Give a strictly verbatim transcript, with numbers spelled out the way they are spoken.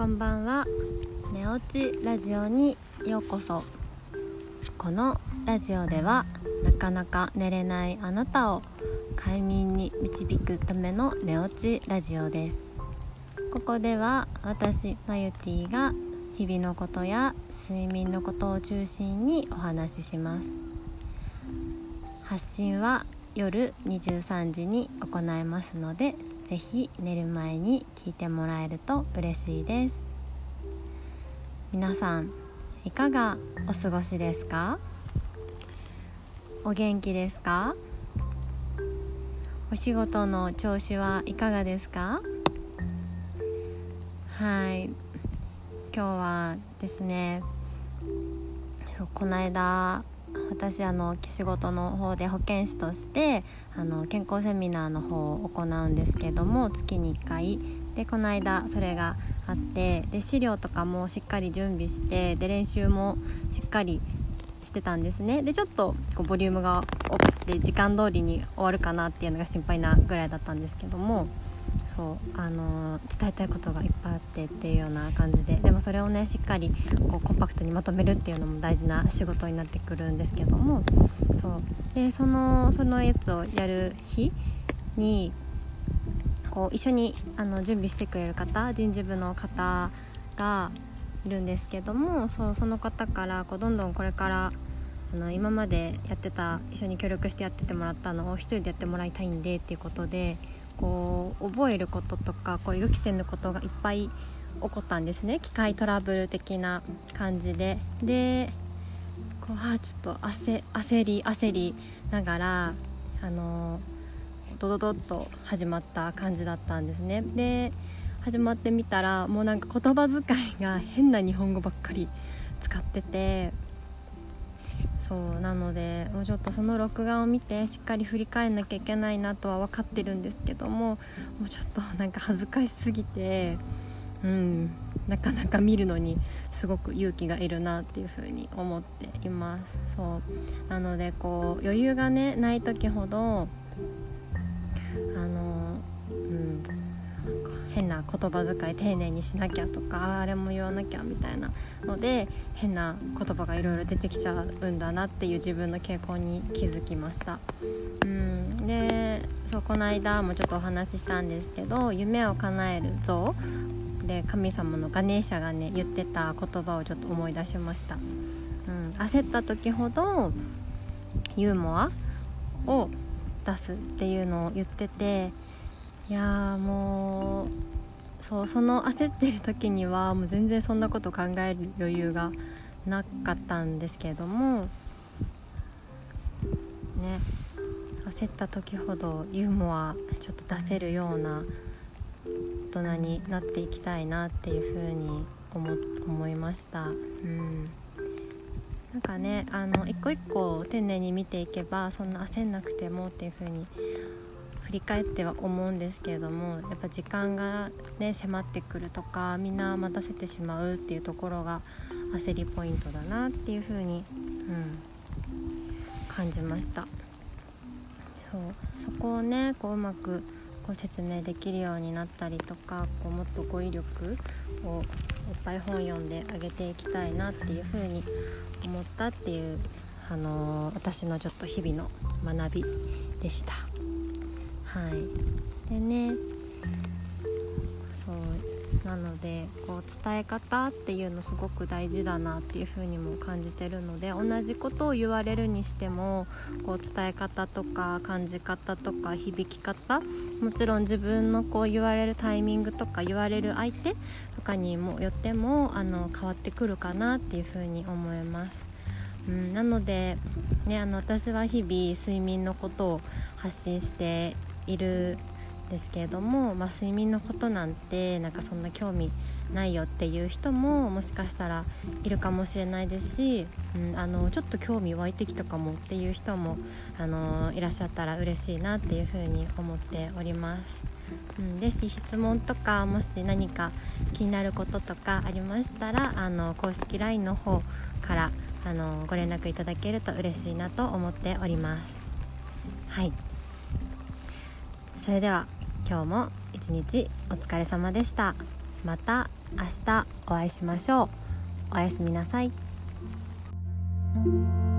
こんばんは。寝落ちラジオにようこそ。このラジオではなかなか寝れないあなたを快眠に導くための寝落ちラジオです。ここでは私マユティが日々のことや睡眠のことを中心にお話しします。発信は夜にじゅうさんじに行いますので、ぜひ寝る前に聞いてもらえると嬉しいです。皆さんいかがお過ごしですか？お元気ですか？お仕事の調子はいかがですか？はい、今日はですね、この間私あの仕事の方で保健師としてあの健康セミナーの方を行うんですけども、月にいっかいで、この間それがあって、で資料とかもしっかり準備して、で練習もしっかりしてたんですね。でちょっとこうボリュームが多くて時間通りに終わるかなっていうのが心配なぐらいだったんですけども、そうあのー、伝えたいことがいっぱいあってっていうような感じで、でもそれをねしっかりこうコンパクトにまとめるっていうのも大事な仕事になってくるんですけども、そうでそのそのやつをやる日にこう一緒にあの準備してくれる方、人事部の方がいるんですけども、そうその方からこうどんどんこれからあの今までやってた一緒に協力してやっててもらったのを一人でやってもらいたいんでっていうことで、こう覚えることとかこう予期せぬことがいっぱい起こったんですね。機械トラブル的な感じで、でこうあちょっと焦焦り焦りながらあのドドドッと始まった感じだったんですね。で始まってみたらもうなんか言葉遣いが変な日本語ばっかり使ってて、そうなのでもうちょっとその録画を見てしっかり振り返んなきゃいけないなとは分かってるんですけども、もうちょっとなんか恥ずかしすぎて、うんなかなか見るのにすごく勇気がいるなっていうふうに思っています。そうなのでこう余裕がねない時ほどあの、うん、変な言葉遣い丁寧にしなきゃとか、あれも言わなきゃみたいなので変な言葉がいろいろ出てきちゃうんだなっていう自分の傾向に気づきました。うんでそうこの間もちょっとお話ししたんですけど、夢を叶える像で神様のガネーシャがね言ってた言葉をちょっと思い出しました。うん、焦った時ほどユーモアを出すっていうのを言ってて、いやーもうそうその焦ってる時にはもう全然そんなこと考える余裕がなかったんですけれどもね、焦った時ほどユーモアちょっと出せるような大人になっていきたいなっていう風に 思, 思いました。うん、なんかねあの一個一個丁寧に見ていけばそんな焦んなくてもっていう風に振り返っては思うんですけれども、やっぱ時間がね迫ってくるとか、みんな待たせてしまうっていうところが焦りポイントだなっていう風に、うん、感じました。そうそこをねこううまくこう説明できるようになったりとか、こうもっと語彙力をいっぱい本読んであげていきたいなっていう風に思ったっていう、あのー、私のちょっと日々の学びでした。はい、でねそうなのでこう伝え方っていうのすごく大事だなっていう風にも感じてるので、同じことを言われるにしてもこう伝え方とか感じ方とか響き方、もちろん自分のこう言われるタイミングとか言われる相手とかにもよってもあの変わってくるかなっていう風に思います。うん、なので、ね、あの私は日々睡眠のことを発信しているんですけれども、まあ、睡眠のことなんてなんかそんな興味ないよっていう人ももしかしたらいるかもしれないですし、うん、あのちょっと興味湧いてきたかもっていう人もあのいらっしゃったら嬉しいなっていうふうに思っております。うん、ですし質問とかもし何か気になることとかありましたら、あの公式 ライン の方からあのご連絡いただけると嬉しいなと思っております。はい、それでは今日も一日お疲れ様でした。 また明日お会いしましょう。おやすみなさい。